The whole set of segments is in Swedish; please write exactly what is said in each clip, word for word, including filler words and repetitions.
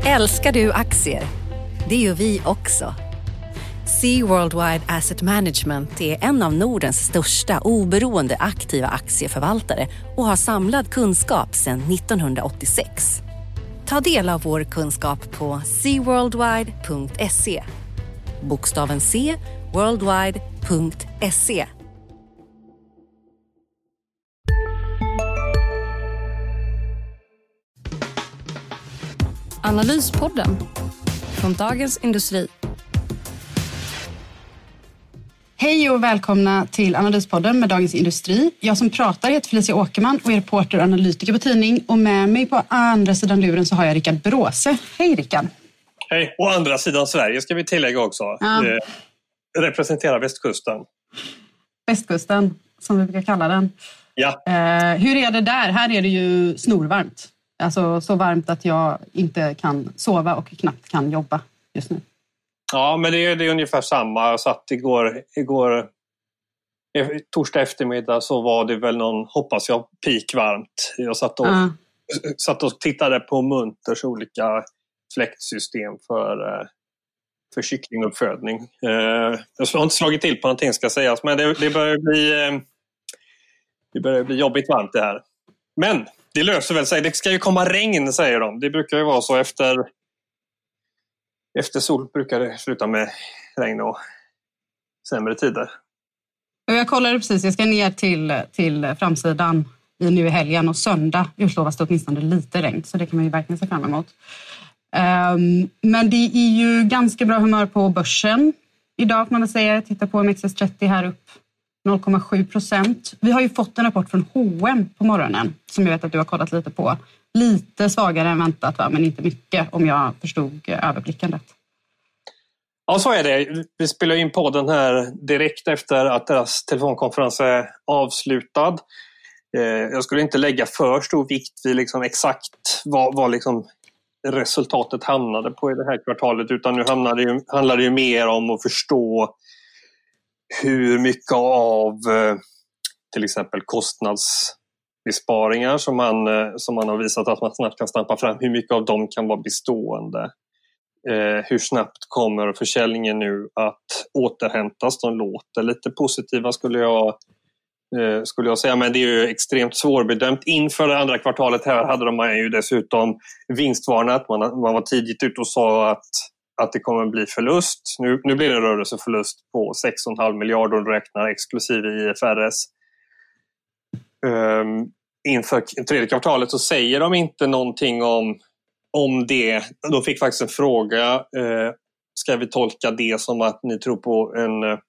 Älskar du aktier? Det gör vi också. Sea Worldwide Asset Management är en av Nordens största oberoende aktiva aktieförvaltare och har samlad kunskap sedan nittonhundraåttiosex. Ta del av vår kunskap på sea worldwide punkt se. Bokstaven C, worldwide punkt se. Analyspodden från Dagens Industri. Hej och välkomna till Analyspodden med Dagens Industri. Jag som pratar heter Felicia Åkerman och är reporter och analytiker på tidning. Och med mig på andra sidan luren så har jag Rickard Bråse. Hej Rickard. Hej, och andra sidan Sverige ska vi tillägga också. Ja. Eh, representerar västkusten. Västkusten, som vi brukar kalla den. Ja. Eh, hur är det där? Här är det ju snorvarmt. Alltså så varmt att jag inte kan sova och knappt kan jobba just nu. Ja, men det är, det är ungefär samma. Jag satt igår, igår torsdag eftermiddag så var det väl någon, hoppas jag, pikvarmt. Jag satt och, uh. satt och tittade på Munters olika fläktsystem för, för kycklinguppfödning. Jag har inte slagit till på någonting ska sägas, men det, det, börjar bli, det börjar bli jobbigt varmt det här. Men det löser väl sig. Det ska ju komma regn, säger de. Det brukar ju vara så efter efter sol brukar det sluta med regn och sämre tider. Jag kollade precis. Jag ska ner till, till framsidan i nu i helgen och söndag utlovas det åtminstone lite regn. Så det kan man ju verkligen se fram emot. Um, men det är ju ganska bra humör på börsen idag kan man väl säga. Titta på M X S trettio här upp noll komma sju procent. Vi har ju fått en rapport från H och M på morgonen som jag vet att du har kollat lite på. Lite svagare än väntat va? Men inte mycket om jag förstod överblicken rätt. Ja, så är det. Vi spelar in på den här direkt efter att deras telefonkonferens är avslutad. Jag skulle inte lägga för stor vikt vid liksom exakt vad, vad liksom resultatet hamnade på i det här kvartalet utan nu handlar det ju, handlar det ju mer om att förstå hur mycket av till exempel kostnadsbesparingar som man, som man har visat att man snabbt kan stampa fram, hur mycket av dem kan vara bestående. Eh, hur snabbt kommer försäljningen nu att återhämtas? De låter lite positiva skulle jag, eh, skulle jag säga, men det är ju extremt svårbedömt. Inför det andra kvartalet här hade de ju dessutom vinstvarnat. Man, man var tidigt ute och sa att att det kommer att bli förlust. Nu, nu blir det en rörelseförlust på sex komma fem miljarder och räknar exklusive I F R S. Um, inför tredje kvartalet så säger de inte någonting om, om det. De fick faktiskt en fråga. Uh, ska vi tolka det som att ni tror på en uh,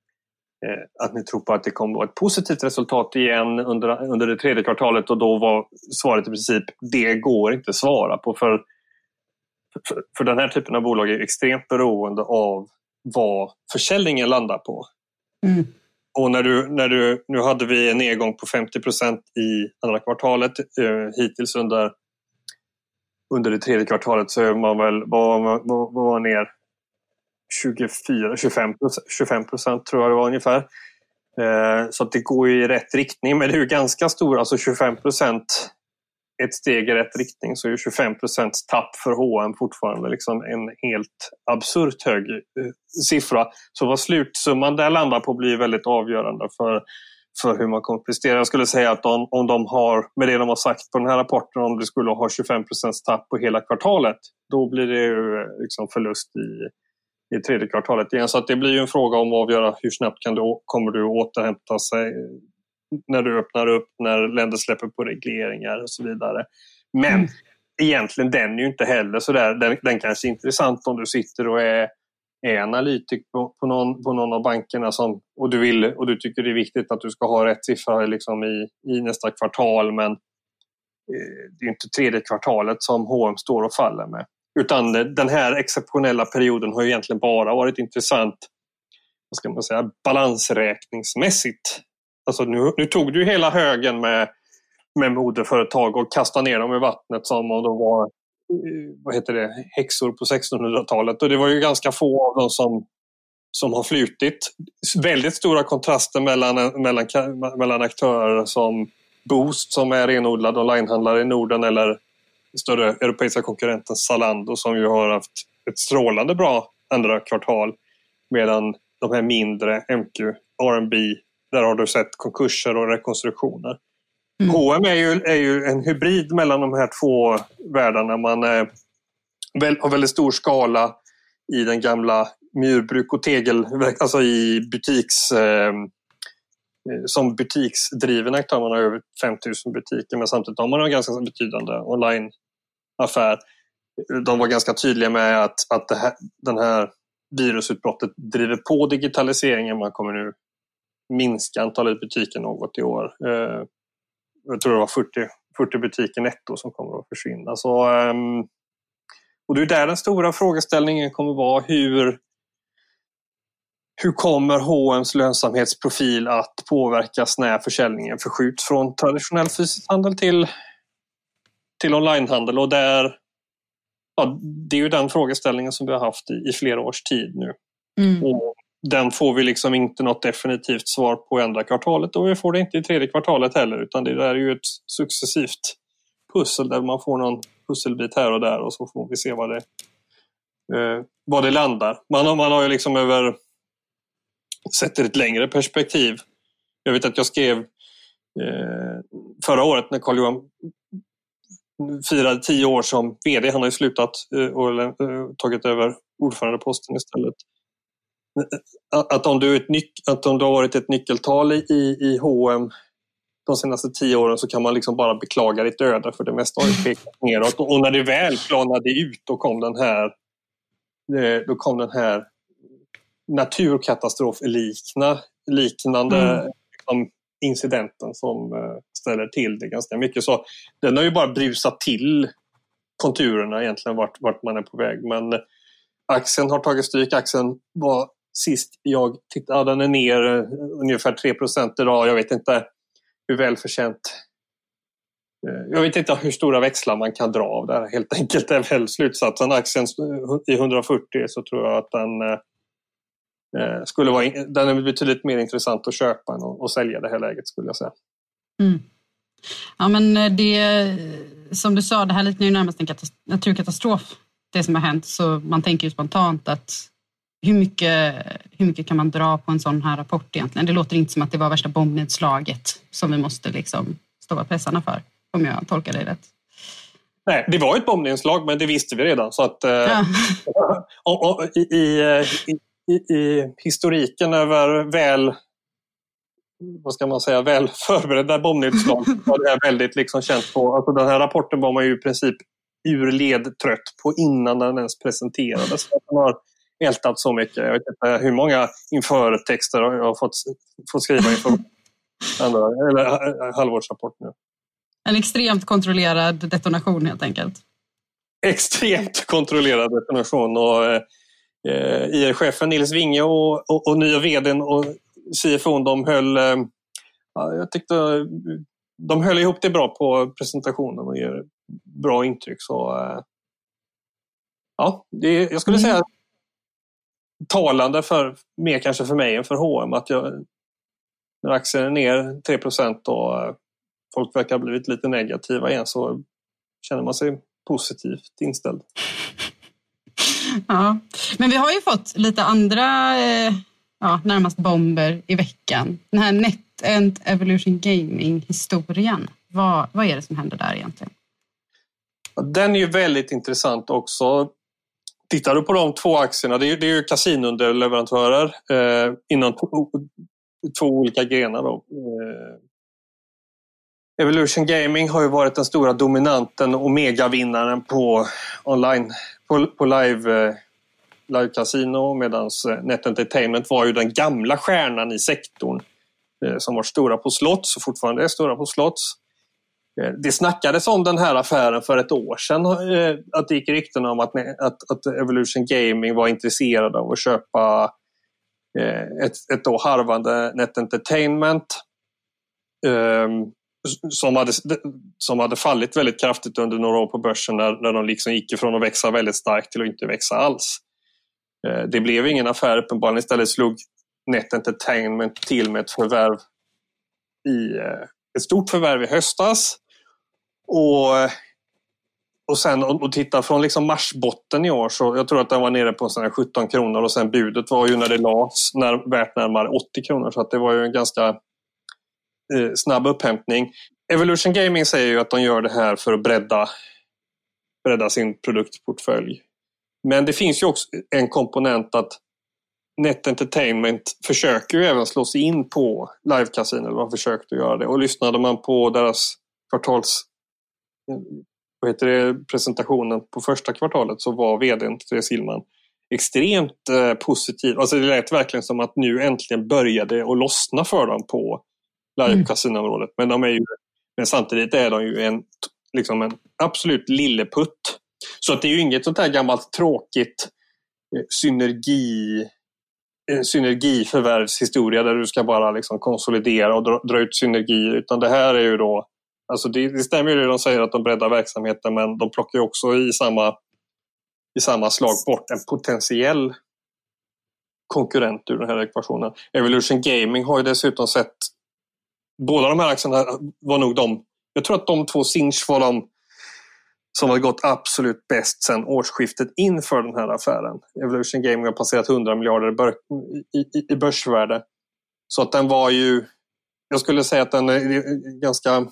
att ni tror på att det kommer att vara ett positivt resultat igen under, under det tredje kvartalet och då var svaret i princip det går inte att svara på för För, för den här typen av bolag är extremt beroende av vad försäljningen landar på. Mm. Och när du, när du, nu hade vi en nedgång på femtio procent i andra kvartalet. Eh, hittills under, under det tredje kvartalet så är man väl var, var, var ner tjugofyra tjugofem procent tror jag det var ungefär. Eh, så att det går ju i rätt riktning. Men det är ju ganska stor, alltså tjugofem procent ett steg i rätt riktning så är tjugofem procent tapp för H och M fortfarande liksom en helt absurt hög eh, siffra. Så vad slutsumman där landar på blir väldigt avgörande för, för hur man kommer att prestera. Jag skulle säga att de, om de har, med det de har sagt på den här rapporten, om det skulle ha tjugofem procent tapp på hela kvartalet, då blir det ju liksom förlust i, i tredje kvartalet igen. Så att det blir ju en fråga om att avgöra hur snabbt kan du, kommer du återhämta sig när du öppnar upp, när länder släpper på regleringar och så vidare. Men mm. egentligen den är ju inte heller så där. Den, den kanske är intressant om du sitter och är, är analytik på, på, någon, på någon av bankerna som, och, du vill, och du tycker det är viktigt att du ska ha rätt siffra liksom i, i nästa kvartal, men eh, det är inte tredje kvartalet som H och M står och faller med. Utan den här exceptionella perioden har ju egentligen bara varit intressant, vad ska man säga, balansräkningsmässigt. Alltså nu, nu tog du hela högen med, med moderföretag och kastade ner dem i vattnet som om de var vad heter det, häxor på sextonhundratalet. Och det var ju ganska få av dem som, som har flutit. Väldigt stora kontraster mellan, mellan, mellan aktörer som Boost som är renodlad onlinehandlare i Norden eller större europeiska konkurrenten Zalando, som ju har haft ett strålande bra andra kvartal, medan de här mindre M Q, R and B, där har du sett konkurser och rekonstruktioner. Mm. H och M är ju, är ju en hybrid mellan de här två världarna. Man är väl, har väldigt stor skala i den gamla murbruk och tegel, alltså i butiks eh, som butiksdriven aktör. Man har över fem tusen butiker, men samtidigt har man en ganska betydande onlineaffär. De var ganska tydliga med att, att det här, den här virusutbrottet driver på digitaliseringen. Man kommer nu minska antalet butiker något i år. Eh, jag tror det var fyrtio, fyrtio butiker netto som kommer att försvinna. Så, eh, och det är där den stora frågeställningen kommer vara. Hur, hur kommer H och M:s lönsamhetsprofil att påverkas när försäljningen förskjuts från traditionell fysisk handel till, till onlinehandel? Och där, ja, det är ju den frågeställningen som vi har haft i, i flera års tid nu. Mm. Och den får vi liksom inte något definitivt svar på i andra kvartalet, och vi får det inte i tredje kvartalet heller, utan det där är ju ett successivt pussel där man får någon pusselbit här och där, och så får vi se vad det, eh, vad det landar. Man har, man har ju liksom över sett ett längre perspektiv. Jag vet att jag skrev eh, förra året när Carl-Johan firade tio år som vd, han har ju slutat eh, och eh, tagit över ordförandeposten istället. Att om du, ett nyc- att om du har varit ett nyckeltal i, i H och M de senaste tio åren, så kan man liksom bara beklaga ditt öde, för det mesta har ju pekat neråt. Och när det väl planade ut, då kom den här då kom den här naturkatastrof-likna liknande mm. liksom, incidenten som uh, ställer till det ganska mycket. Så den har ju bara brusat till konturerna egentligen vart, vart man är på väg. Men uh, aktien har tagit stryk. Aktien var sist jag tittade, den är ner uh, ungefär tre procent idag. Jag vet inte hur välförtjänt. Uh, jag vet inte hur stora växlar man kan dra av det här. Helt enkelt är väl slutsatsen. Aktien i hundrafyrtio, så tror jag att den uh, skulle vara, den är betydligt mer intressant att köpa än att, att sälja det här läget, skulle jag säga. Mm. Ja, men det som du sa, det här liknar ju närmast en katastrof, naturkatastrof, det som har hänt, så man tänker ju spontant att hur mycket, hur mycket kan man dra på en sån här rapport egentligen? Det låter inte som att det var värsta bombnedslaget som vi måste liksom stå pressarna för, om jag tolkar det rätt. Nej, det var ett bombnedslag, men det visste vi redan, så att ja. och, och, i, i, i I, i historiken över väl, vad ska man säga, väl förberedda bombnedslag var det här väldigt liksom känt på. Alltså den här rapporten var man ju i princip ur led trött på innan den ens presenterades. Man har ältat så mycket. Jag vet inte hur många införtexter jag har fått, fått skriva inför andra, eller halvårsrapport nu. En extremt kontrollerad detonation helt enkelt. Extremt kontrollerad detonation, och eh, I R-chefen Nils Winge och, och, och nya vdn och C F O, de höll eh, jag tyckte de höll ihop det bra på presentationen och ger bra intryck, så eh, ja, det, jag skulle säga talande för mer kanske för mig än för H och M att jag, när aktien är ner tre procent och eh, folk verkar ha blivit lite negativa igen, så känner man sig positivt inställd. Ja, men vi har ju fått lite andra eh, ja, närmast bomber i veckan. Den här NetEnt Evolution Gaming-historien. Vad, vad är det som händer där egentligen? Den är ju väldigt intressant också. Tittar du på de två aktierna, det är, det är ju kasinounderleverantörer eh, inom två, två olika grenar då. Eh, Evolution Gaming har ju varit den stora dominanten och megavinnaren på online, på, på live, eh, live casino, medan Net Entertainment var ju den gamla stjärnan i sektorn eh, som var stora på slots och fortfarande är stora på slots. Eh, det snackades om den här affären för ett år sedan, eh, att det gick rykten om att, att, att Evolution Gaming var intresserad av att köpa eh, ett, ett då harvande Net Entertainment. Eh, Som hade, som hade fallit väldigt kraftigt under några år på börsen när, när de liksom gick ifrån att växa väldigt starkt till att inte växa alls. Eh, det blev ingen affär uppenbarligen. Istället slog Net Entertainment till med ett förvärv i, eh, ett stort förvärv i höstas. Och, och sen och titta från liksom marsbotten i år, så jag tror att den var nere på sån här sjutton kronor, och sen budet var ju när det lades när, värt närmare åttio kronor, så att det var ju en ganska eh, snabb upphämtning. Evolution Gaming säger ju att de gör det här för att bredda, bredda sin produktportfölj. Men det finns ju också en komponent att Net Entertainment försöker ju även slå sig in på live-casino, eller de försökte göra det. Och lyssnade man på deras kvartals vad heter det, presentationen på första kvartalet, så var vdn Therese Hillman extremt eh, positiv. Alltså det lät verkligen som att nu äntligen började att lossna för dem på live-casinoområdet. Men de är ju, men samtidigt är de ju en, liksom en absolut lilleputt. Så att det är ju inget sånt här gammalt tråkigt eh, synergi eh, synergiförvärvshistoria där du ska bara liksom konsolidera och dra, dra ut synergier, utan det här är ju då, alltså det, det stämmer ju det de säger att de breddar verksamheten, men de plockar ju också i samma i samma slag bort en potentiell konkurrent ur den här ekvationen. Evolution Gaming har ju dessutom sett, båda de här aktierna var nog de, jag tror att de två Sinch var de som har gått absolut bäst sedan årsskiftet inför den här affären. Evolution Gaming har passerat hundra miljarder i, i, i börsvärde. Så att den var ju, jag skulle säga att den är ganska,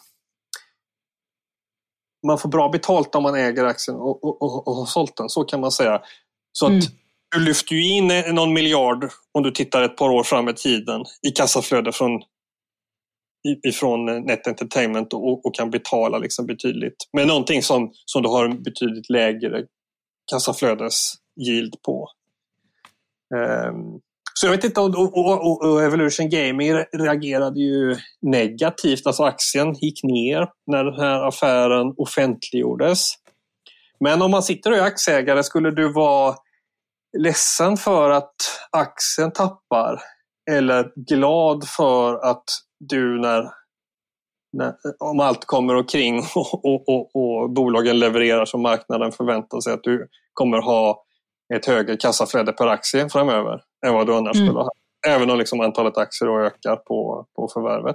man får bra betalt om man äger aktien och, och, och, och har sålt den, så kan man säga. Så att mm. du lyfter ju in någon miljard om du tittar ett par år fram i tiden i kassaflöde från ifrån Net Entertainment och, och kan betala liksom betydligt. Men någonting som, som du har en betydligt lägre kassaflödes-yield på. Um, så jag vet inte, och, och, och, och Evolution Gaming reagerade ju negativt. Alltså aktien gick ner när den här affären offentliggjordes. Men om man sitter och är aktieägare, skulle du vara ledsen för att aktien tappar eller glad för att du när, när om allt kommer omkring och, och, och, och bolagen levererar som marknaden förväntar sig, att du kommer ha ett högre kassaflöde per aktie framöver än vad du annars mm. skulle ha. Även om liksom antalet aktier ökar på, på förvärvet.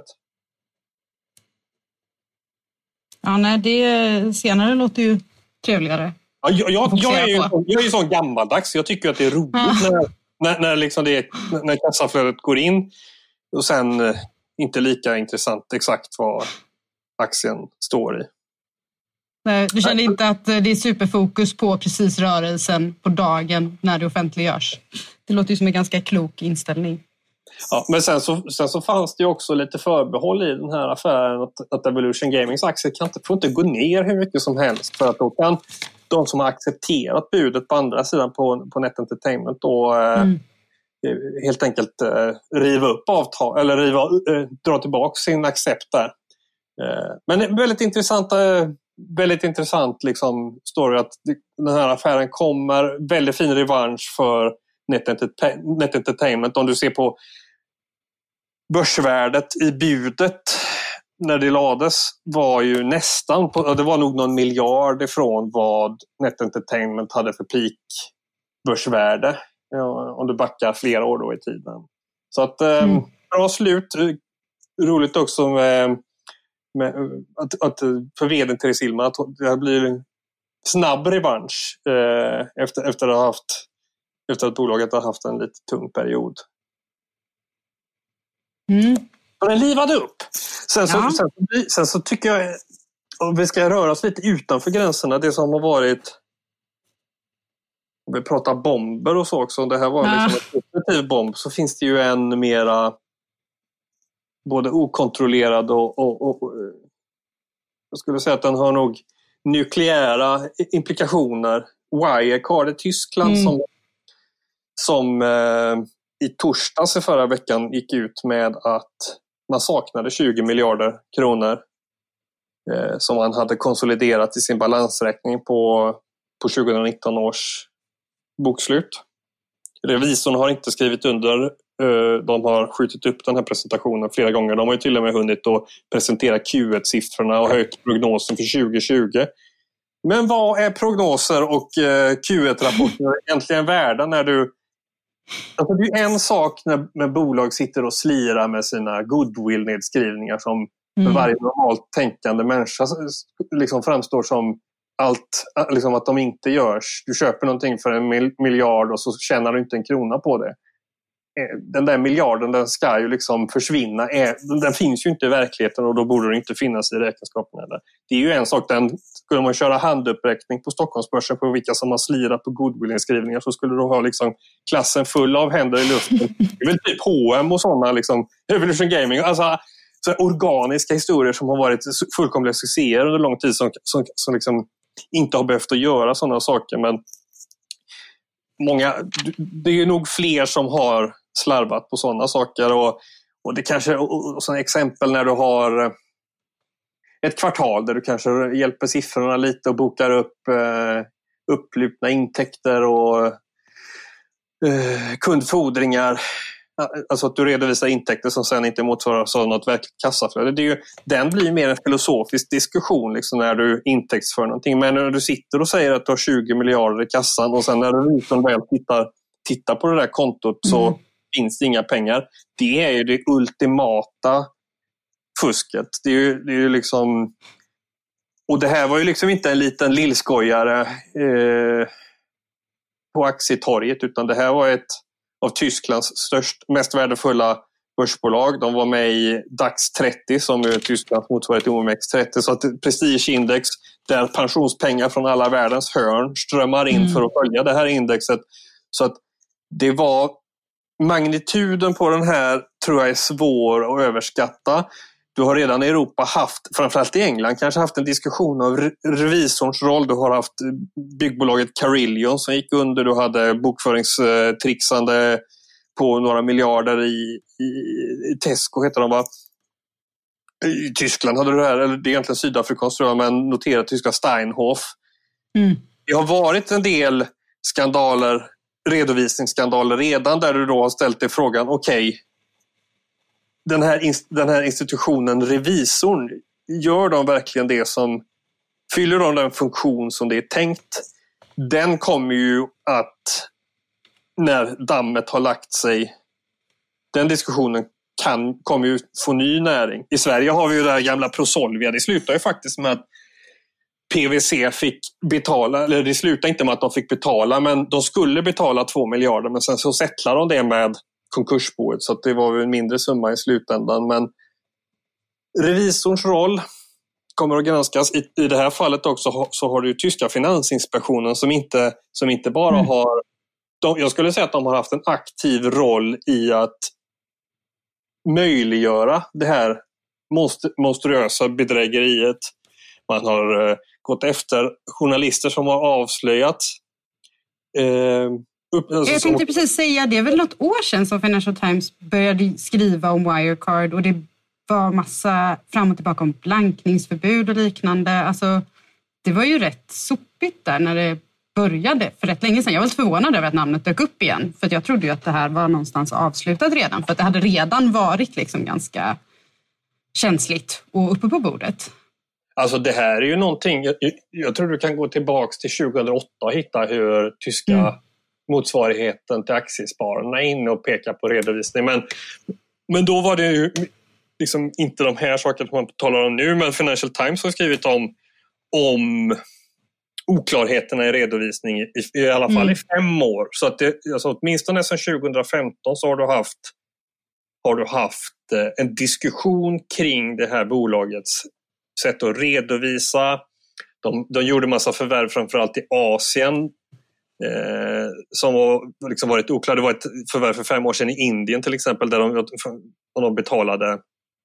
Ja, nej, det senare låter ju trevligare. Ja, jag, jag, jag, är ju, jag är ju sån gammaldags. Jag tycker att det är roligt när, när, när, liksom det, när kassaflödet går in och sen eh, inte lika intressant exakt vad aktien står i. Nej, du känner inte att det är superfokus på precis rörelsen på dagen när det offentliggörs? Det låter ju som en ganska klok inställning. Ja, men sen så, sen så fanns det ju också lite förbehåll i den här affären att, att Evolution Gamings aktier kan inte, får inte gå ner hur mycket som helst, för att då kan de som har accepterat budet på andra sidan på, på Net Entertainment då mm. eh, helt enkelt eh, riva upp avtal eller riva, eh, dra tillbaka sin accept där. Eh, men väldigt intressant eh, väldigt intressant liksom story att den här affären kommer, väldigt fin revansch för Net, Entertain- Net Entertainment. Om du ser på börsvärdet i budet när det lades var ju nästan på, det var nog någon miljard ifrån vad Net Entertainment hade för peak börsvärde, ja, om du backar flera år då i tiden. Så att mm. eh, bra slut. Roligt också med, med att, att för vdn Therese Hillman att det blir en snabb revansch eh, efter, efter att ha haft efter att bolaget har haft en lite tung period. Mm. Och den livade upp. Sen så, ja. sen, sen så tycker jag, om vi ska röra oss lite utanför gränserna, det som har varit, om vi pratar bomber och så också, det här var ja. liksom en positiv bomb, så finns det ju en mera både okontrollerad och, och, och, och jag skulle säga att den har nog nukleära implikationer. Wirecard i Tyskland mm. som som eh, i torsdags i förra veckan gick ut med att man saknade tjugo miljarder kronor eh, som man hade konsoliderat i sin balansräkning på, på tjugonitton års bokslut. Revisorn har inte skrivit under, eh, de har skjutit upp den här presentationen flera gånger. De har ju till och med hunnit att presentera Q ett-siffrorna och höjt prognosen för tjugo tjugo. Men vad är prognoser och eh, Q ett-rapporter egentligen värda när du... Alltså det är en sak när, när bolag sitter och slirar med sina goodwill-nedskrivningar som mm. för varje normalt tänkande människa liksom framstår som allt, liksom att de inte görs. Du köper någonting för en miljard och så tjänar du inte en krona på det. Den där miljarden, den ska ju liksom försvinna. Den finns ju inte i verkligheten och då borde den inte finnas i räkenskaperna. Det är ju en sak, den, skulle man köra handuppräckning på Stockholmsbörsen på vilka som har slirat på goodwill-inskrivningar, så skulle du ha liksom klassen full av händer i luften. Det är väl typ H och M och sådana, liksom, Evolution Gaming, alltså så organiska historier som har varit fullkomliga succéer under lång tid som, som, som liksom inte har behövt att göra sådana saker. Men många, det är ju nog fler som har slarvat på sådana saker, och, och det kanske, och, och som exempel när du har ett kvartal där du kanske hjälper siffrorna lite och bokar upp eh, upplupna intäkter och eh, kundfordringar, alltså att du redovisar intäkter som sen inte motsvaras av något verkligt kassaflöde. Det är ju, den blir mer en filosofisk diskussion liksom, när du intäktsför någonting. Men när du sitter och säger att du har tjugo miljarder i kassan och sen när du liksom väl tittar, tittar på det där kontot så mm. finns det inga pengar. Det är ju det ultimata fusket. Det är ju, det är ju liksom... Och det här var ju liksom inte en liten lillskojare eh, på aktietorget, utan det här var ett av Tysklands störst, mest värdefulla börsbolag. De var med i DAX trettio som är Tysklands motsvarighet till O M X trettio. Så att ett prestigeindex där pensionspengar från alla världens hörn strömmar in mm. för att följa det här indexet. Så att det var magnituden på den här, tror jag är svår att överskatta. Du har redan i Europa haft, framförallt i England, kanske haft en diskussion av revisorns roll. Du har haft byggbolaget Carillion som gick under. Du hade bokföringstrixande på några miljarder i, i, i Tesco, heter de va? I Tyskland hade du det här, eller det är egentligen sydafrikanskt tror jag, men noterat tyska Steinhoff. Mm. Det har varit en del skandaler, redovisningsskandaler redan, där du då har ställt dig frågan, okej, okay, Den här, den här institutionen, revisorn, gör de verkligen det som fyller de den funktion som det är tänkt? Den kommer ju att, när dammet har lagt sig, den diskussionen kan, kommer ju få ny näring. I Sverige har vi ju det här gamla Prosolvia. Det slutar ju faktiskt med att P V C fick betala, eller det slutar inte med att de fick betala, men de skulle betala två miljarder, men sen så sättlar de det med konkursboet, så att det var en mindre summa i slutändan. Men revisorns roll kommer att granskas. I, i det här fallet också så har du ju tyska finansinspektionen som inte, som inte bara mm. har, de, jag skulle säga att de har haft en aktiv roll i att möjliggöra det här monster, monstruösa bedrägeriet. Man har eh, gått efter journalister som har avslöjat eh, Alltså, jag tänkte precis säga, det är väl något år sedan som Financial Times började skriva om Wirecard, och det var massa fram och tillbaka om blankningsförbud och liknande. Alltså, det var ju rätt sopigt där när det började för rätt länge sedan. Jag var lite förvånad över att namnet dök upp igen, för att jag trodde ju att det här var någonstans avslutat redan, för att det hade redan varit liksom ganska känsligt och uppe på bordet. Alltså det här är ju någonting, jag, jag tror du kan gå tillbaka till tjugohundraåtta och hitta hur tyska mm. motsvarigheten till aktiespararna är inne och pekar på redovisning. Men, men då var det ju liksom inte de här sakerna som man talar om nu, men Financial Times har skrivit om, om oklarheterna i redovisning i, i alla fall mm. i fem år. Så att det, alltså åtminstone sedan tjugohundrafemton så har du haft, har du haft en diskussion kring det här bolagets sätt att redovisa. De, de gjorde massa förvärv framförallt i Asien eh, som har liksom varit oklar. Det var ett förvärv för fem år sedan i Indien till exempel, där de, de betalade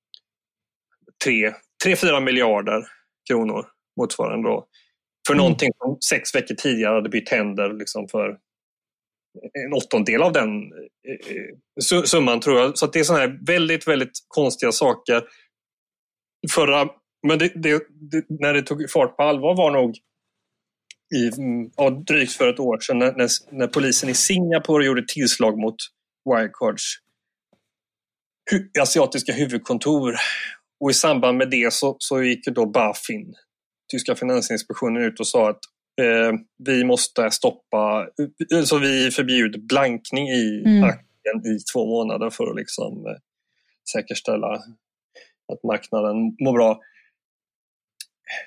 tre fyra miljarder kronor motsvarande då, för mm. någonting som sex veckor tidigare hade bytt händer liksom för en åttondel av den eh, summan tror jag. Så att det är sådana här väldigt, väldigt konstiga saker. Förra Men det, det, det, när det tog fart på allvar var nog i, ja, drygt för ett år sedan när, när, när polisen i Singapore gjorde tillslag mot Wirecards hu, asiatiska huvudkontor. Och i samband med det så, så gick då BaFin, tyska finansinspektionen, ut och sa att eh, vi måste stoppa, så vi förbjuder blankning i mm. aktien i två månader för att liksom eh, säkerställa att marknaden mår bra.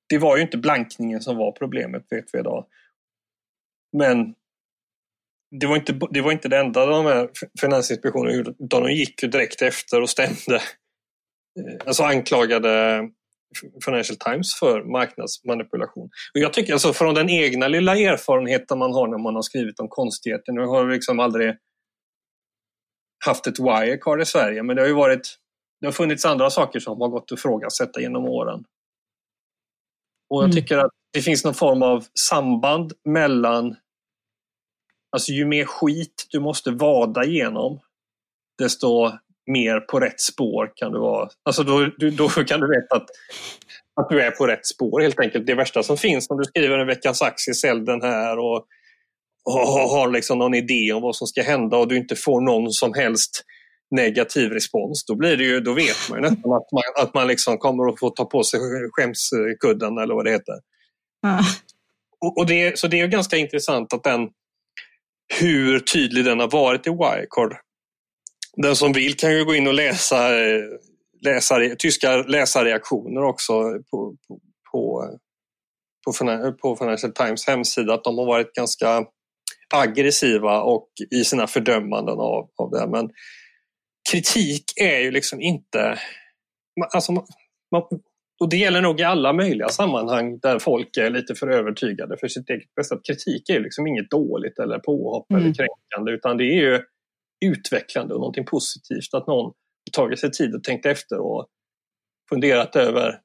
det var ju inte blankningen som var problemet, vet vi idag. Men det var inte det, var inte det enda de här Finansinspektionen gjorde, utan de gick ju direkt efter och stämde, alltså anklagade Financial Times för marknadsmanipulation. Och jag tycker alltså från den egna lilla erfarenheten man har när man har skrivit om konstigheter, nu har vi liksom aldrig haft ett Wirecard i Sverige, men det har ju varit, det har funnits andra saker som har gått att ifrågasätta genom åren. Och jag tycker att det finns någon form av samband mellan, alltså ju mer skit du måste vada igenom, desto mer på rätt spår kan du vara. Alltså då, då kan du veta att, att du är på rätt spår helt enkelt. Det värsta som finns om du skriver en veckans aktie, sälj den här och, och har liksom någon idé om vad som ska hända och du inte får någon som helst negativ respons, då blir det ju, då vet man ju nästan att man, att man liksom kommer att få ta på sig skämskudden eller vad det heter. Mm. Och, och det, så det är ju ganska intressant att den, hur tydlig den har varit i Wirecard. Den som vill kan ju gå in och läsa, läsa tyska läsarreaktioner också på, på, på, på, på Financial Times hemsida, att de har varit ganska aggressiva och i sina fördömanden av, av det. Men kritik är ju liksom inte, alltså man, man, och det gäller nog i alla möjliga sammanhang där folk är lite för övertygade för sitt eget bästa. Kritik är ju liksom inget dåligt eller påhopp mm. eller kränkande, utan det är ju utvecklande och någonting positivt att någon tagit sig tid och tänkt efter och funderat över.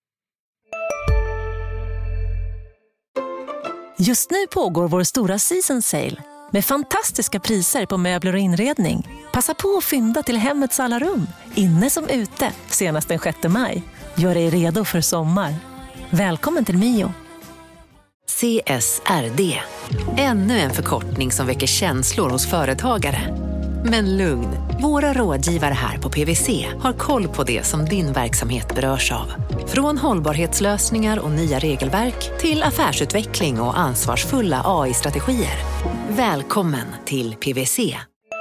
Just nu pågår vår stora season sale med fantastiska priser på möbler och inredning. Passa på att fynda till hemmets alla rum, inne som ute, senast den sjätte maj. Gör dig redo för sommar. Välkommen till Mio. C S R D. Ännu en förkortning som väcker känslor hos företagare. Men lugn, våra rådgivare här på P W C har koll på det som din verksamhet berörs av. Från hållbarhetslösningar och nya regelverk till affärsutveckling och ansvarsfulla A I-strategier. Välkommen till P W C.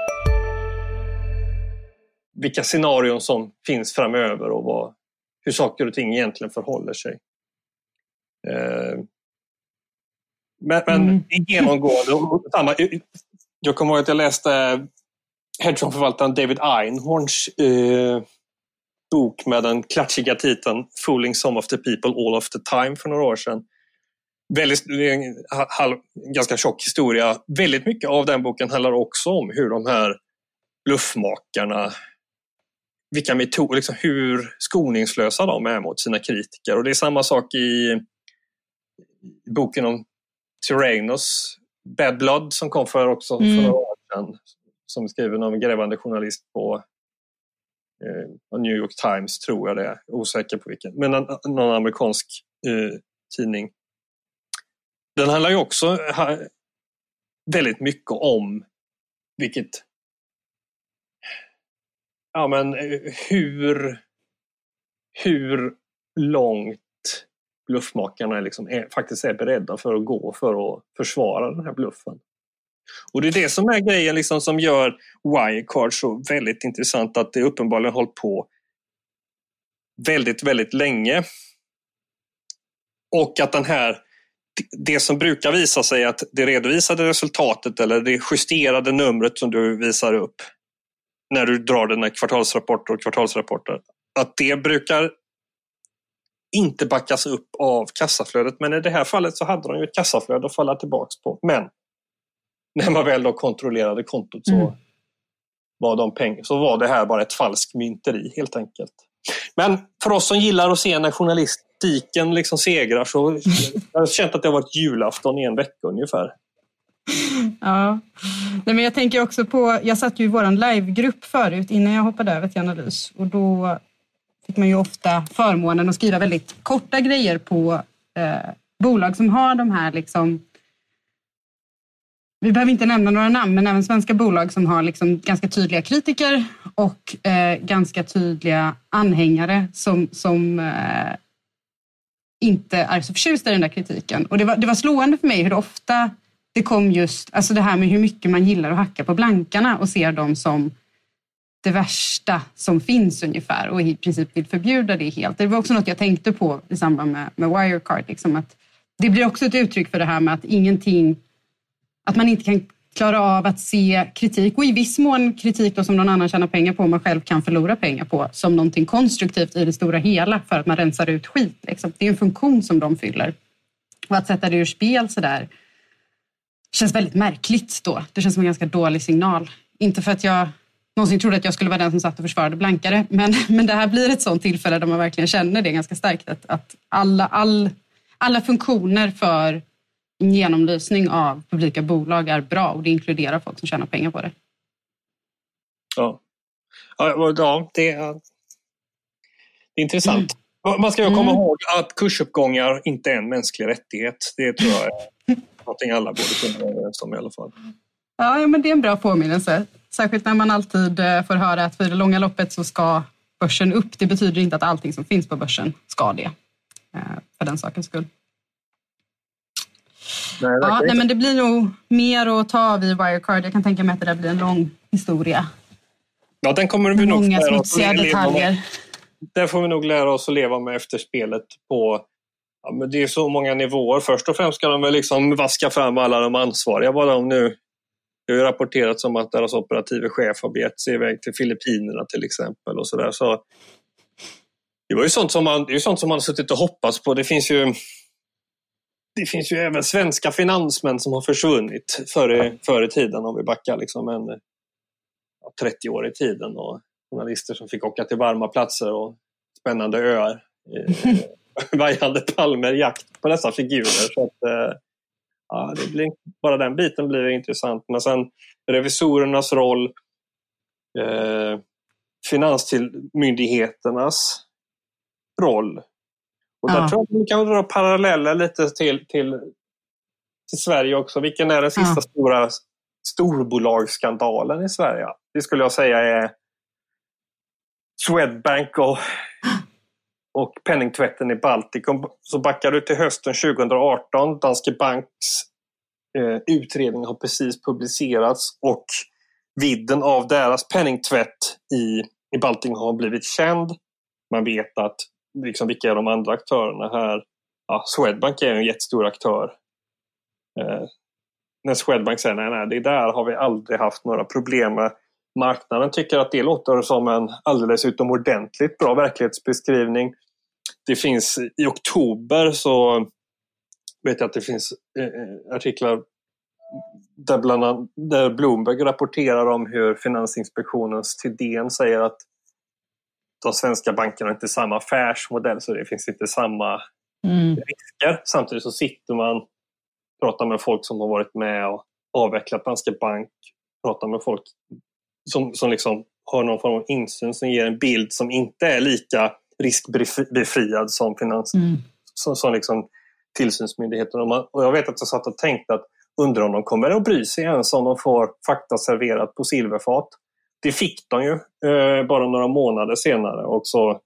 Vilka scenarion som finns framöver och vad, hur saker och ting egentligen förhåller sig. Eh, men men mm. genomgående, samma, jag kommer ihåg att jag läste hedgefondförvaltaren David Einhorns eh, bok med den klatschiga titeln Fooling Some of the People All of the Time för några år sedan. Väldigt, en halv, ganska tjock historia. Väldigt mycket av den boken handlar också om hur de här bluffmakarna, vilka metoder, liksom hur skoningslösa de är mot sina kritiker. Och det är samma sak i boken om Tyrannos Bad Blood som kom för också för mm. några år sedan, som är skriven av en grävande journalist på eh, New York Times, tror jag det är, osäker på vilken, men en, någon amerikansk eh, tidning. Den handlar ju också ha, väldigt mycket om vilket ja men hur hur långt bluffmakarna liksom är, faktiskt är beredda för att gå för att försvara den här bluffen. Och det är det som är grejen liksom som gör Wirecard så väldigt intressant, att det uppenbarligen har hållit på väldigt, väldigt länge. Och att den här, det som brukar visa sig att det redovisade resultatet eller det justerade numret som du visar upp när du drar dina kvartalsrapporter och kvartalsrapporter, att det brukar inte backas upp av kassaflödet. Men i det här fallet så hade de ju ett kassaflöde att falla tillbaks på. Men när man väl då kontrollerade kontot så, mm. var, de peng- så var det här bara ett falskt mynteri helt enkelt. Men för oss som gillar att se när journalistiken liksom segrar, så jag har känt att det har varit julafton i en vecka ungefär. Ja, nej, men jag tänker också på, jag satt ju i våran livegrupp förut innan jag hoppade över till analys, och då fick man ju ofta förmånen att skriva väldigt korta grejer på eh, bolag som har de här liksom, vi behöver inte nämna några namn, men även svenska bolag som har liksom ganska tydliga kritiker och eh, ganska tydliga anhängare som, som eh, inte är så förtjusta i den där kritiken. Och det var, det var slående för mig hur ofta det kom just, alltså det här med hur mycket man gillar att hacka på blankarna och ser dem som det värsta som finns ungefär och i princip vill förbjuda det helt. Det var också något jag tänkte på i samband med, med Wirecard. Liksom att det blir också ett uttryck för det här med att ingenting, att man inte kan klara av att se kritik och i viss mån kritik då som någon annan tjänar pengar på och man själv kan förlora pengar på som någonting konstruktivt i det stora hela för att man rensar ut skit. Liksom. Det är en funktion som de fyller. Och att sätta det ur spel sådär känns väldigt märkligt då. Det känns som en ganska dålig signal. Inte för att jag någonsin trodde att jag skulle vara den som satt och försvarade blankare. Men, men det här blir ett sånt tillfälle där man verkligen känner det ganska starkt. Att, att alla, all, alla funktioner för en genomlysning av publika bolag är bra. Och det inkluderar folk som tjänar pengar på det. Ja, ja, ja det, är, det är intressant. Mm. Man ska ju komma mm. ihåg att kursuppgångar inte är en mänsklig rättighet. Det tror jag är någonting alla borde kunna vara överens om i alla fall. Ja, ja, men det är en bra påminnelse. Särskilt när man alltid får höra att för det långa loppet så ska börsen upp. Det betyder inte att allting som finns på börsen ska det. För den sakens skull. Nej, ja, nej, men det blir nog mer att ta av i Wirecard. Jag kan tänka mig att det där blir en lång historia. Ja, den kommer vi nog många smutsiga detaljer. Där får vi nog lära oss att leva med efterspelet på... Ja, men det är så många nivåer. Först och främst ska de väl liksom vaska fram alla de ansvariga. Vad de nu... Det har ju rapporterats om att deras operativa chef har begett sig iväg till Filippinerna till exempel och sådär. Så det var ju sånt som man, det är sånt som man har suttit och hoppats på. Det finns ju det finns ju även svenska finansmän som har försvunnit före, före tiden om vi backar liksom en ja, trettio år i tiden och journalister som fick åka till varma platser och spännande öar. Vajande palmer, jakt på dessa figurer så att ja, det blir, bara den biten blir intressant. Men sen revisorernas roll, eh, finansmyndigheternas roll. Och där ja. tror jag att vi kan dra paralleller lite till, till, till Sverige också. Vilken är den sista ja. stora storbolagsskandalen i Sverige? Det skulle jag säga är Swedbank och, och penningtvätten i Baltikum. Så backar du till hösten tjugo arton. Danske Banks eh, utredning har precis publicerats och vidden av deras penningtvätt i, i Baltikum har blivit känd. Man vet att liksom, vilka är de andra aktörerna här. Ja, Swedbank är en jättestor aktör. Eh, när Swedbank säger nej, nej, det där har vi aldrig haft några problem med. Marknaden tycker att det låter som en alldeles utomordentligt bra verklighetsbeskrivning. Det finns i oktober så vet jag att det finns eh, artiklar där, bland annat, där Bloomberg rapporterar om hur Finansinspektionens till D N säger att de svenska bankerna inte är samma affärsmodell så det finns inte samma mm. risker. Samtidigt så sitter man och pratar med folk som har varit med och avvecklat Danske Bank, pratar med folk som, som liksom har någon form av insyn som ger en bild som inte är lika riskbefriad som finans mm. som, som liksom tillsynsmyndigheten. Och, man, och jag vet att jag satt och tänkte att undrar om de kommer att bry sig ens om de får fakta serverat på silverfat. Det fick de ju eh, bara några månader senare och så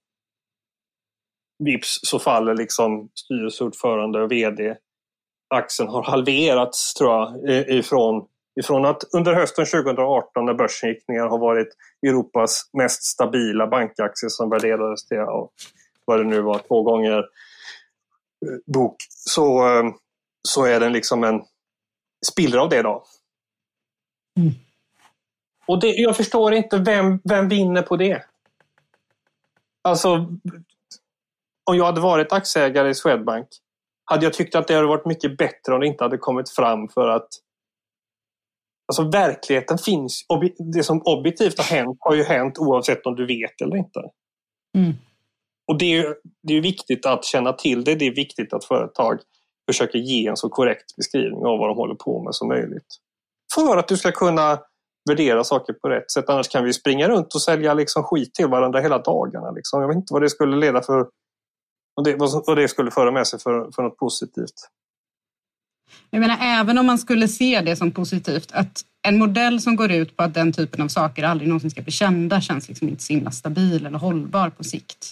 vips så faller liksom styrelseordförande och vd. Aktien har halverats tror jag ifrån, ifrån att under hösten tjugo arton när börsen gick ner har varit Europas mest stabila bankaktier som värderades till och vad det nu var två gånger bok så, så är den liksom en spillra av det då. Mm. Och det, jag förstår inte vem, vem vinner på det. Alltså om jag hade varit aktieägare i Swedbank hade jag tyckt att det hade varit mycket bättre om det inte hade kommit fram för att alltså verkligheten finns. Det som objektivt har hänt har ju hänt oavsett om du vet eller inte. Mm. Och det är, det är viktigt att känna till det. Det är viktigt att företag försöker ge en så korrekt beskrivning av vad de håller på med som möjligt. För att du ska kunna värdera saker på rätt sätt. Annars kan vi springa runt och sälja liksom skit till varandra hela dagarna. Liksom. Jag vet inte vad det skulle leda för och det, vad det skulle föra med sig för, för något positivt. Jag menar, även om man skulle se det som positivt, att en modell som går ut på att den typen av saker aldrig någonsin ska bli kända känns liksom inte så himla stabil eller hållbar på sikt.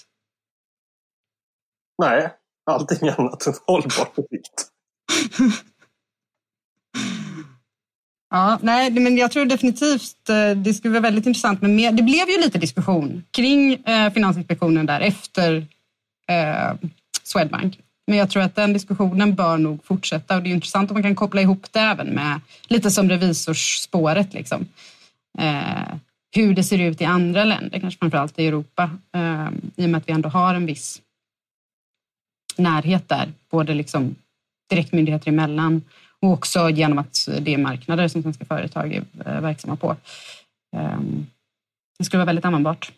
Nej, allting annat än hållbart på sikt. Ja, nej, men jag tror definitivt det skulle vara väldigt intressant med mer. Det blev ju lite diskussion kring eh, Finansinspektionen där efter eh, Swedbank. Men jag tror att den diskussionen bör nog fortsätta och det är intressant om man kan koppla ihop det även med lite som revisorsspåret liksom. Eh, hur det ser ut i andra länder, kanske framförallt i Europa, eh, i och med att vi ändå har en viss närhet där, både liksom direktmyndigheter emellan och också genom att det är marknader som svenska företag är verksamma på. Eh, det skulle vara väldigt användbart.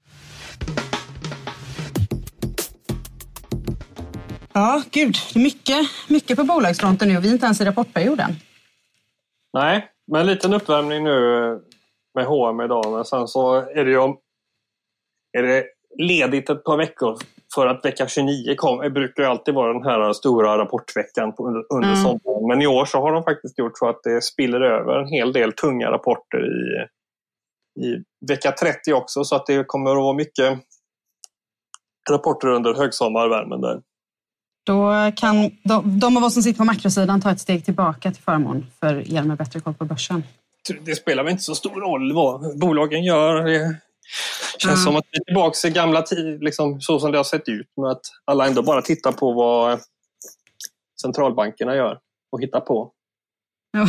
Ja, gud, det är mycket, mycket på bolagsfronten nu och vi är inte ens i rapportperioden. Nej, men en liten uppvärmning nu med H och M idag. Men sen så är det ju är det ledigt ett par veckor för att vecka tjugonio kom. Det brukar ju alltid vara den här stora rapportveckan på, under, under mm. sommaren. Men i år så har de faktiskt gjort så att det spiller över en hel del tunga rapporter i, i vecka trettio också. Så att det kommer att vara mycket rapporter under högsommarvärmen där. Då kan de, de av oss som sitter på makrosidan ta ett steg tillbaka till förmån för er med bättre koll på börsen. Det spelar väl inte så stor roll vad bolagen gör. Det känns mm. som att vi är tillbaka i gamla tid, liksom, så som det har sett ut. Med att alla ändå bara tittar på vad centralbankerna gör och hittar på. Jo,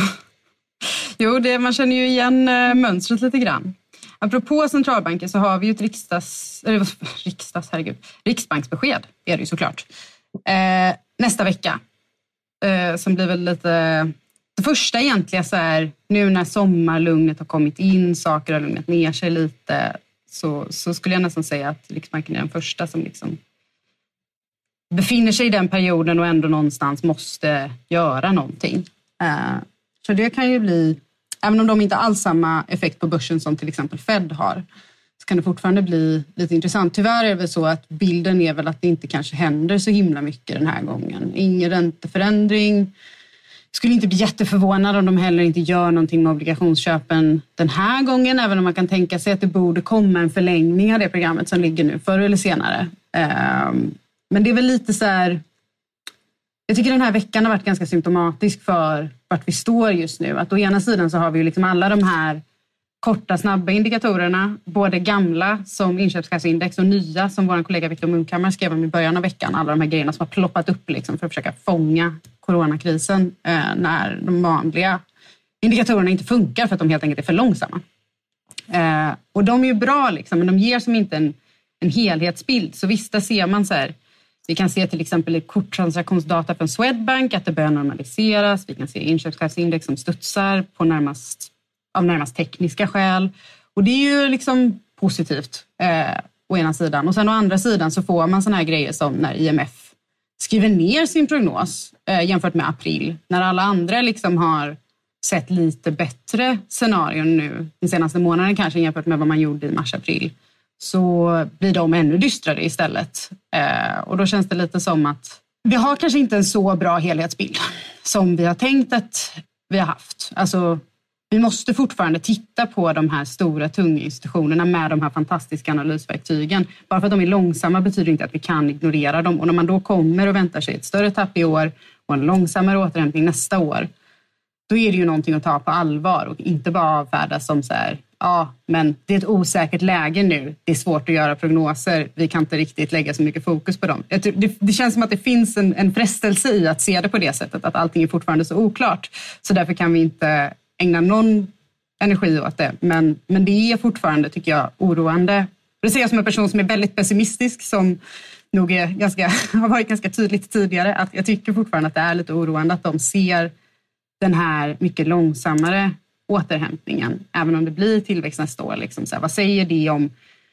jo det, man känner ju igen äh, mönstret lite grann. Apropå centralbanker så har vi ju ett riksdags, eller, riksdags, herregud, riksbanksbesked, är det ju såklart. Eh, nästa vecka eh, som blir väl lite det första egentligen så här, nu när sommarlugnet har kommit in, saker har lugnat ner sig lite, så, så skulle jag nästan säga att Riksbanken är den första som liksom befinner sig i den perioden och ändå någonstans måste göra någonting. Eh, så det kan ju bli, även om de inte alls samma effekt på börsen som till exempel Fed har, så kan det fortfarande bli lite intressant. Tyvärr är det väl så att bilden är väl att det inte kanske händer så himla mycket den här gången. Ingen ränteförändring. Skulle inte bli jätteförvånad om de heller inte gör någonting med obligationsköpen den här gången, även om man kan tänka sig att det borde komma en förlängning av det programmet som ligger nu förr eller senare. Men det är väl lite så här, jag tycker den här veckan har varit ganska symptomatisk för vart vi står just nu. Att å ena sidan så har vi ju liksom alla de här korta, snabba indikatorerna, både gamla som inköpskassindex och nya som vår kollega Viktor Munkhammar skrev om i början av veckan. Alla de här grejerna som har ploppat upp liksom för att försöka fånga coronakrisen eh, när de vanliga indikatorerna inte funkar för att de helt enkelt är för långsamma. Eh, och de är ju bra liksom, men de ger som inte en, en helhetsbild. Så visst, där ser man så här, vi kan se till exempel i korttransaktionsdata från Swedbank att det börjar normaliseras. Vi kan se inköpskassindex som studsar på närmast av närmast tekniska skäl. Och det är ju liksom positivt eh, å ena sidan. Och sen å andra sidan så får man såna här grejer som när I M F skriver ner sin prognos eh, jämfört med april. När alla andra liksom har sett lite bättre scenarion nu den senaste månaden kanske jämfört med vad man gjorde i mars-april. Så blir de ännu dystrare istället. Eh, och då känns det lite som att vi har kanske inte en så bra helhetsbild som vi har tänkt att vi har haft. Alltså vi måste fortfarande titta på de här stora, tunga institutionerna med de här fantastiska analysverktygen. Bara för att de är långsamma betyder inte att vi kan ignorera dem. Och när man då kommer och väntar sig ett större tapp i år och en långsammare återhämtning nästa år, då är det ju någonting att ta på allvar och inte bara avfärda som så här, ja, men det är ett osäkert läge nu. Det är svårt att göra prognoser. Vi kan inte riktigt lägga så mycket fokus på dem. Det, det känns som att det finns en, en frestelse i att se det på det sättet, att allting är fortfarande så oklart. Så därför kan vi inte ägna någon energi åt det. Men, men det är fortfarande, tycker jag, oroande. Det ser jag som en person som är väldigt pessimistisk, som nog är ganska, har varit ganska tydligt tidigare. Att jag tycker fortfarande att det är lite oroande att de ser den här mycket långsammare återhämtningen. Även om det blir tillväxt nästa år. Liksom så här, vad säger det om...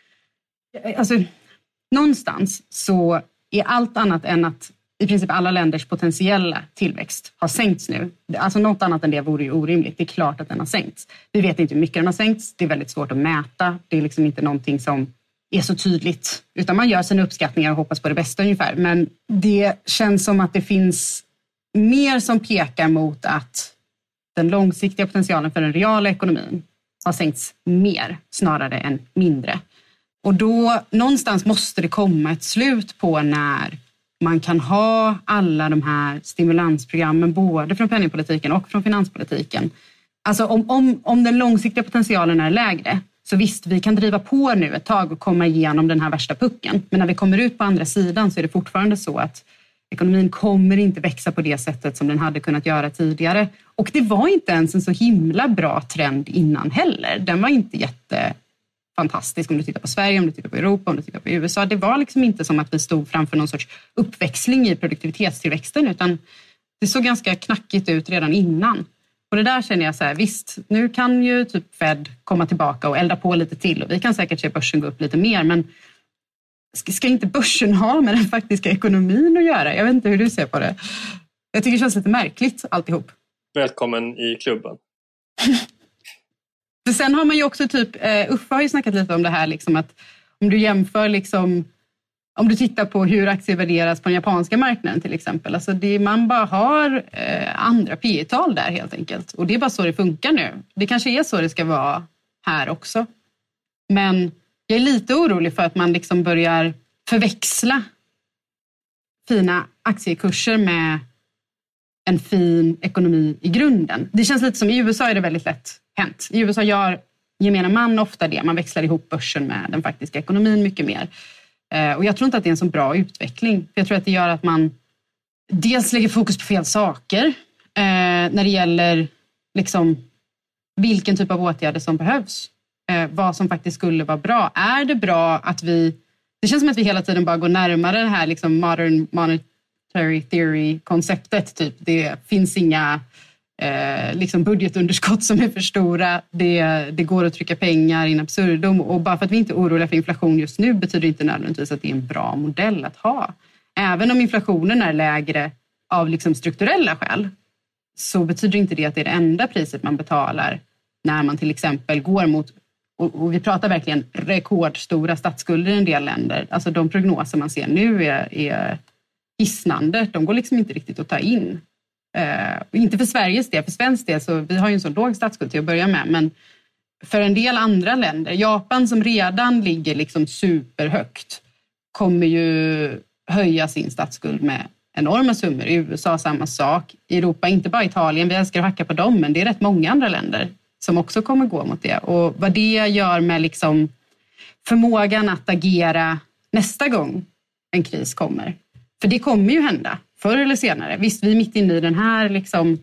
Alltså, någonstans så är allt annat än att i princip alla länders potentiella tillväxt har sänkts nu. Alltså något annat än det vore ju orimligt. Det är klart att den har sänkts. Vi vet inte hur mycket den har sänkts. Det är väldigt svårt att mäta. Det är liksom inte någonting som är så tydligt. Utan man gör sina uppskattningar och hoppas på det bästa ungefär. Men det känns som att det finns mer som pekar mot att den långsiktiga potentialen för den reala ekonomin har sänkts mer snarare än mindre. Och då någonstans måste det komma ett slut på när man kan ha alla de här stimulansprogrammen både från penningpolitiken och från finanspolitiken Alltså om, om, om den långsiktiga potentialen är lägre, så visst, vi kan driva på nu ett tag och komma igenom den här värsta pucken. Men när vi kommer ut på andra sidan så är det fortfarande så att ekonomin kommer inte växa på det sättet som den hade kunnat göra tidigare. Och det var inte ens en så himla bra trend innan heller. Den var inte jättefantastisk om du tittar på Sverige, om du tittar på Europa, om du tittar på U S A. Det var liksom inte som att vi stod framför någon sorts uppväxling i produktivitetstillväxten, utan det såg ganska knackigt ut redan innan. Och det där känner jag så här, visst, nu kan ju typ Fed komma tillbaka och elda på lite till och vi kan säkert se börsen gå upp lite mer, men ska inte börsen ha med den faktiska ekonomin att göra? Jag vet inte hur du ser på det. Jag tycker det känns lite märkligt alltihop. Välkommen i klubben. För sen har man ju också typ, uh, Uffe har ju snackat lite om det här liksom att om du jämför liksom, om du tittar på hur aktier värderas på den japanska marknaden till exempel. Alltså det, man bara har uh, andra P E-tal där helt enkelt. Och det är bara så det funkar nu. Det kanske är så det ska vara här också. Men jag är lite orolig för att man liksom börjar förväxla fina aktiekurser med en fin ekonomi i grunden. Det känns lite som i U S A är det väldigt lätt hänt. I U S A gör gemene man ofta det. Man växlar ihop börsen med den faktiska ekonomin mycket mer. Och jag tror inte att det är en så bra utveckling. För jag tror att det gör att man dels lägger fokus på fel saker när det gäller liksom vilken typ av åtgärder som behövs. Eh, vad som faktiskt skulle vara bra. Är det bra att vi... Det känns som att vi hela tiden bara går närmare det här liksom modern monetary theory-konceptet. Typ. Det finns inga eh, liksom budgetunderskott som är för stora. Det, det går att trycka pengar in absurdum. Och bara för att vi inte är oroliga för inflation just nu betyder inte nödvändigtvis att det är en bra modell att ha. Även om inflationen är lägre av liksom strukturella skäl så betyder inte det att det är det enda priset man betalar när man till exempel går mot... Och, och vi pratar verkligen rekordstora statsskulder i en del länder. Alltså de prognoser man ser nu är, är hisnande. De går liksom inte riktigt att ta in. Uh, inte för Sveriges del. För svensk del så vi har ju en så låg statsskuld till att börja med. Men för en del andra länder. Japan som redan ligger liksom superhögt kommer ju höja sin statsskuld med enorma summor. I U S A samma sak. I Europa, inte bara Italien. Vi älskar att hacka på dem. Men det är rätt många andra länder som också kommer gå mot det. Och vad det gör med liksom förmågan att agera nästa gång en kris kommer. För det kommer ju hända förr eller senare. Visst, vi är mitt inne i den här liksom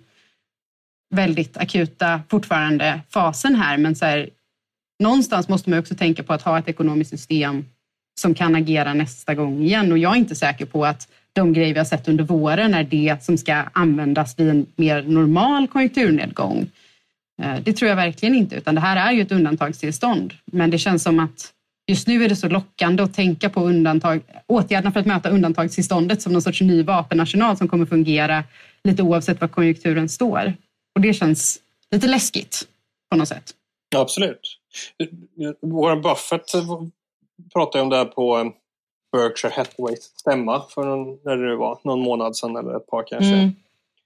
väldigt akuta fortfarande fasen här. Men så här, någonstans måste man också tänka på att ha ett ekonomiskt system som kan agera nästa gång igen. Och jag är inte säker på att de grejer vi har sett under våren är det som ska användas vid en mer normal konjunkturnedgång. Det tror jag verkligen inte, utan det här är ju ett undantagstillstånd. Men det känns som att just nu är det så lockande att tänka på undantag, åtgärderna för att möta undantagstillståndet som någon sorts ny vapenarsenal som kommer fungera lite oavsett vad konjunkturen står. Och det känns lite läskigt på något sätt. Ja, absolut. Warren Buffett pratade om det här på Berkshire Hathaways stämma för någon, när det var, någon månad sedan eller ett par kanske. Mm.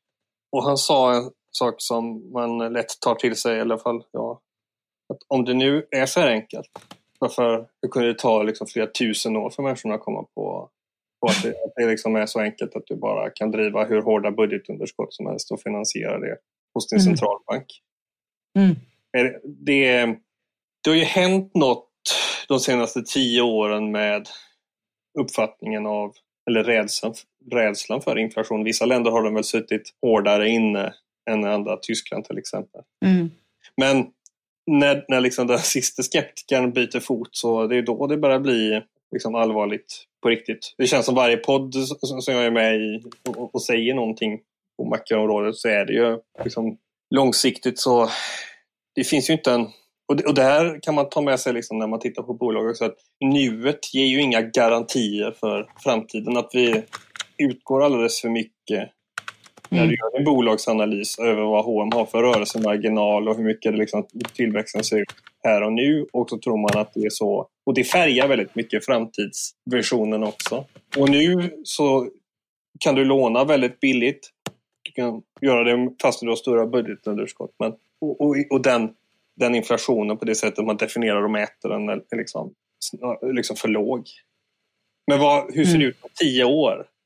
Och han sa en sak som man lätt tar till sig i alla fall. Ja, att om det nu är så här enkelt, varför det kunde det ta liksom flera tusen år för människorna att komma på, på att det, att det liksom är så enkelt att du bara kan driva hur hårda budgetunderskott som helst och finansiera det hos din mm. centralbank. Mm. Det, det, det har ju hänt något de senaste tio åren med uppfattningen av, eller rädslan, rädslan för inflation. Vissa länder har de väl suttit hårdare inne än andra, Tyskland till exempel. Mm. Men när, när liksom den sista skeptikern byter fot så det är då det börjar bli liksom allvarligt på riktigt. Det känns som varje podd som jag är med i och, och säger någonting på makroområdet så är det ju liksom långsiktigt så det finns ju inte en och det, och det här kan man ta med sig liksom när man tittar på bolag också, att nuet ger ju inga garantier för framtiden, att vi utgår alldeles för mycket när du gör en bolagsanalys över vad H och M har för rörelsemarginal och hur mycket det liksom tillväxten ser ut här och nu, och så tror man att det är så, och det färgar väldigt mycket framtidsversionen också. Och nu så kan du låna väldigt billigt, du kan göra det fast du har stora budgetunderskott, men och, och, och den den inflationen på det sättet man definierar och mäter den är liksom, liksom för låg. Men vad, hur ser det ut på tio år?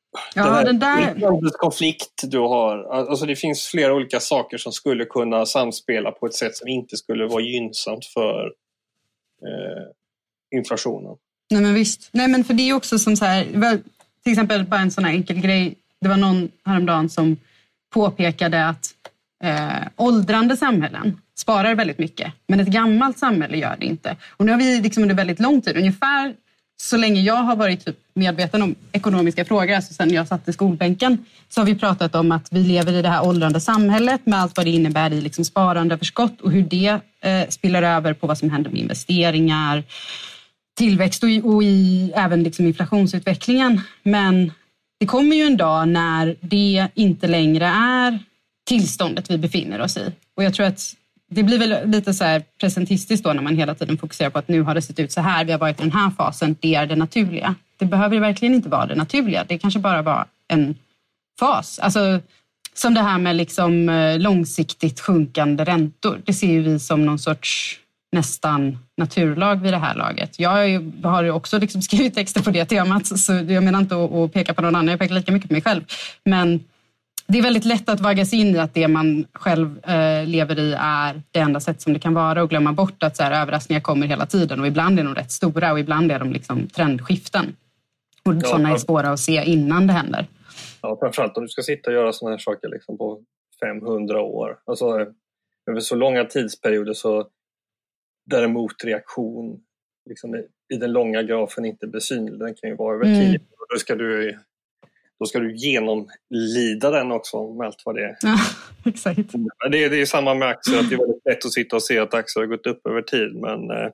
Ja, den här den där... konflikt du har. Alltså det finns flera olika saker som skulle kunna samspela på ett sätt som inte skulle vara gynnsamt för eh, inflationen. Nej men visst. Nej men för det är också som så här, till exempel bara en sån här enkel grej. Det var någon häromdagen som påpekade att eh, åldrande samhällen sparar väldigt mycket. Men ett gammalt samhälle gör det inte. Och nu har vi liksom under väldigt lång tid, ungefär så länge jag har varit typ medveten om ekonomiska frågor, alltså sen jag satt i skolbänken, så har vi pratat om att vi lever i det här åldrande samhället med allt vad det innebär i liksom sparandeöverskott och hur det eh, spiller över på vad som händer med investeringar, tillväxt och i, och i även liksom inflationsutvecklingen. Men det kommer ju en dag när det inte längre är tillståndet vi befinner oss i. Och jag tror att det blir väl lite så här presentistiskt då när man hela tiden fokuserar på att nu har det sett ut så här, vi har varit i den här fasen, det är det naturliga. Det behöver ju verkligen inte vara det naturliga, det kanske bara var en fas. Alltså som det här med liksom långsiktigt sjunkande räntor, det ser ju vi som någon sorts nästan naturlag vid det här laget. Jag har ju också liksom skrivit texter på det temat, så jag menar inte att peka på någon annan, jag pekar lika mycket på mig själv. Men det är väldigt lätt att vaggas in i att det man själv eh, lever i är det enda sätt som det kan vara och glömma bort att så här, överraskningar kommer hela tiden och ibland är de rätt stora och ibland är de liksom trendskiften. Och ja, sådana är svåra att se innan det händer. Ja, framförallt om du ska sitta och göra sådana här saker liksom på femhundra år. Alltså över så långa tidsperioder så där en motreaktion liksom, i, i den långa grafen inte blir synlig. Den kan ju vara över tid. Mm. Och då ska du... Då ska du genomlida den också med allt vad det är. Ja, exakt. Det är, det är samma med aktier, att det är väldigt lätt att sitta och se att aktier har gått upp över tid. Men eh,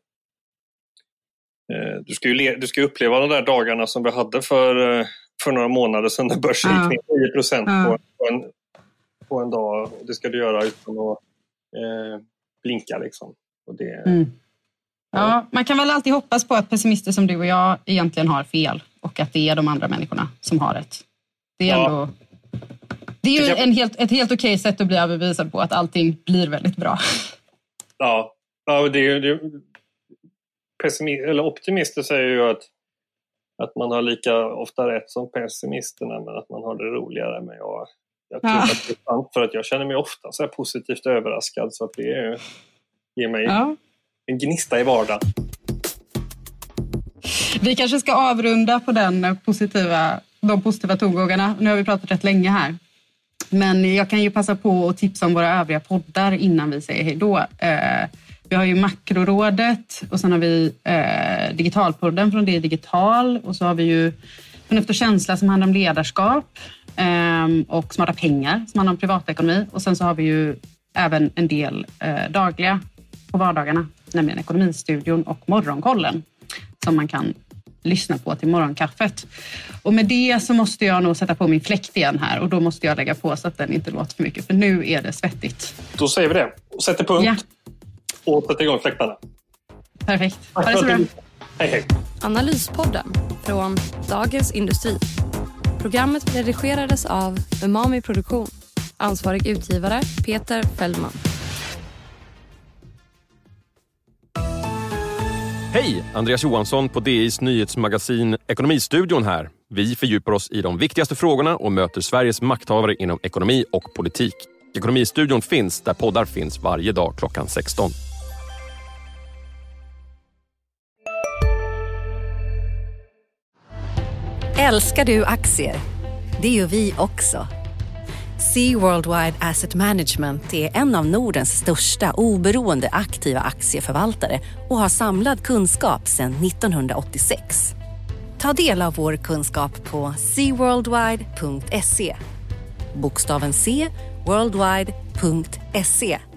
du, ska ju le, du ska ju uppleva de där dagarna som vi hade för, för några månader sedan när börsen gick ner tio procent ja. på, på, en, på en dag. Det ska du göra utan att eh, blinka liksom. Och det, mm. Ja, man kan väl alltid hoppas på att pessimister som du och jag egentligen har fel. Och att det är de andra människorna som har rätt. Det är, ändå, ja. det är ju en helt, ett helt okej sätt att bli överbevisad på att allting blir väldigt bra. Ja, ja det är ju... Pessimist, eller optimister säger ju att, att man har lika ofta rätt som pessimisterna, men att man har det roligare. Men jag, jag tror ja. att det är sant, för att jag känner mig ofta så här positivt överraskad, så att det är, ger mig ja. en gnista i vardagen. Vi kanske ska avrunda på den positiva, de positiva tongångarna. Nu har vi pratat rätt länge här. Men jag kan ju passa på att tipsa om våra övriga poddar innan vi säger hej då. Eh, vi har ju Makrorådet och sen har vi eh, Digitalpodden från Det Digital. Och så har vi ju Förnuft och känsla som handlar om ledarskap. Eh, och Smarta pengar som handlar om privatekonomi. Och sen så har vi ju även en del eh, dagliga på vardagarna. Nämligen Ekonomistudion och Morgonkollen. Som man kan lyssna på till morgonkaffet. Och med det så måste jag nog sätta på min fläkt igen här. Och då måste jag lägga på så att den inte låter för mycket. För nu är det svettigt. Då säger vi det. Och sätter punkt. Ja. Och sätter igång fläktarna. Perfekt. Ha det så bra. Hej hej. Analyspodden från Dagens Industri. Programmet redigerades av Umami Produktion. Ansvarig utgivare Peter Fällman. Hej, Andreas Johansson på D I:s nyhetsmagasin Ekonomistudion här. Vi fördjupar oss i de viktigaste frågorna och möter Sveriges makthavare inom ekonomi och politik. Ekonomistudion finns där poddar finns varje dag klockan sexton. Älskar du aktier? Det gör vi också. Sea Worldwide Asset Management är en av Nordens största oberoende aktiva aktieförvaltare och har samlad kunskap sedan nittonhundraåttiosex. Ta del av vår kunskap på sea worldwide punkt se. Bokstaven C, worldwide punkt se.